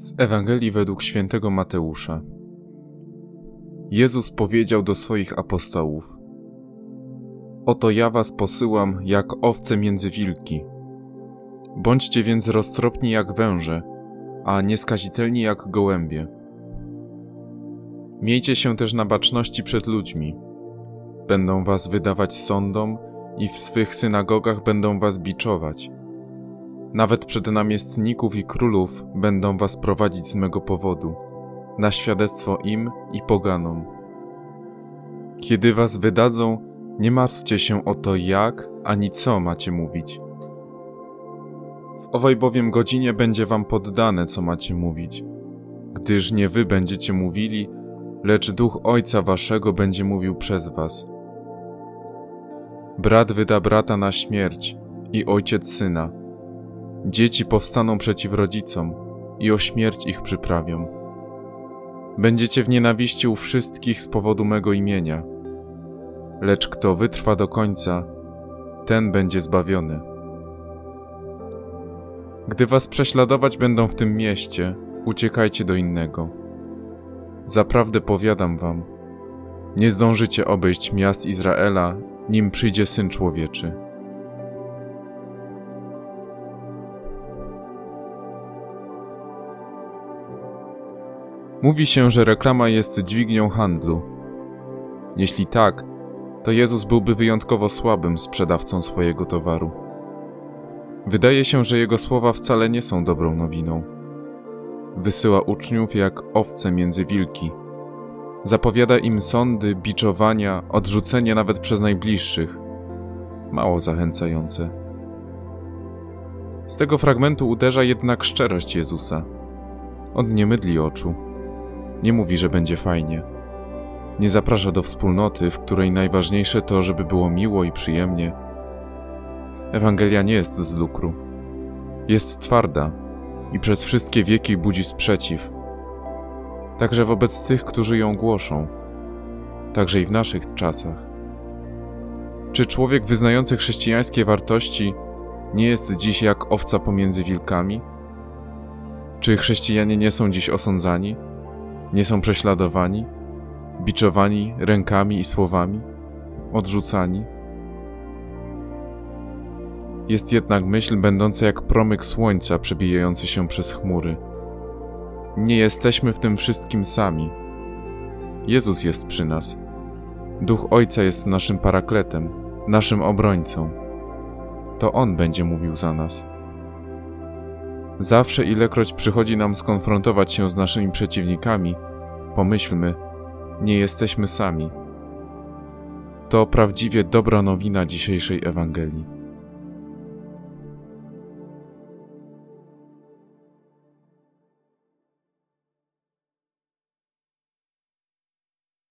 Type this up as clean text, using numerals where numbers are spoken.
Z Ewangelii według świętego Mateusza. Jezus powiedział do swoich apostołów: Oto ja was posyłam jak owce między wilki. Bądźcie więc roztropni jak węże, a nieskazitelni jak gołębie. Miejcie się też na baczności przed ludźmi. Będą was wydawać sądom i w swych synagogach będą was biczować. Nawet przed namiestników i królów będą was prowadzić z mego powodu, na świadectwo im i poganom. Kiedy was wydadzą, nie martwcie się o to, jak ani co macie mówić. W owej bowiem godzinie będzie wam poddane, co macie mówić, gdyż nie wy będziecie mówili, lecz Duch Ojca waszego będzie mówił przez was. Brat wyda brata na śmierć i ojciec syna. Dzieci powstaną przeciw rodzicom i o śmierć ich przyprawią. Będziecie w nienawiści u wszystkich z powodu mego imienia. Lecz kto wytrwa do końca, ten będzie zbawiony. Gdy was prześladować będą w tym mieście, uciekajcie do innego. Zaprawdę powiadam wam, nie zdążycie obejść miast Izraela, nim przyjdzie Syn Człowieczy. Mówi się, że reklama jest dźwignią handlu. Jeśli tak, to Jezus byłby wyjątkowo słabym sprzedawcą swojego towaru. Wydaje się, że Jego słowa wcale nie są dobrą nowiną. Wysyła uczniów jak owce między wilki. Zapowiada im sądy, biczowania, odrzucenie nawet przez najbliższych. Mało zachęcające. Z tego fragmentu uderza jednak szczerość Jezusa. On nie mydli oczu. Nie mówi, że będzie fajnie. Nie zaprasza do wspólnoty, w której najważniejsze to, żeby było miło i przyjemnie. Ewangelia nie jest z lukru. Jest twarda i przez wszystkie wieki budzi sprzeciw. Także wobec tych, którzy ją głoszą. Także i w naszych czasach. Czy człowiek wyznający chrześcijańskie wartości nie jest dziś jak owca pomiędzy wilkami? Czy chrześcijanie nie są dziś osądzani? Nie są prześladowani? Biczowani rękami i słowami? Odrzucani? Jest jednak myśl będąca jak promyk słońca przebijający się przez chmury. Nie jesteśmy w tym wszystkim sami. Jezus jest przy nas. Duch Ojca jest naszym parakletem, naszym obrońcą. To On będzie mówił za nas. Zawsze, ilekroć przychodzi nam skonfrontować się z naszymi przeciwnikami, pomyślmy, nie jesteśmy sami. To prawdziwie dobra nowina dzisiejszej Ewangelii.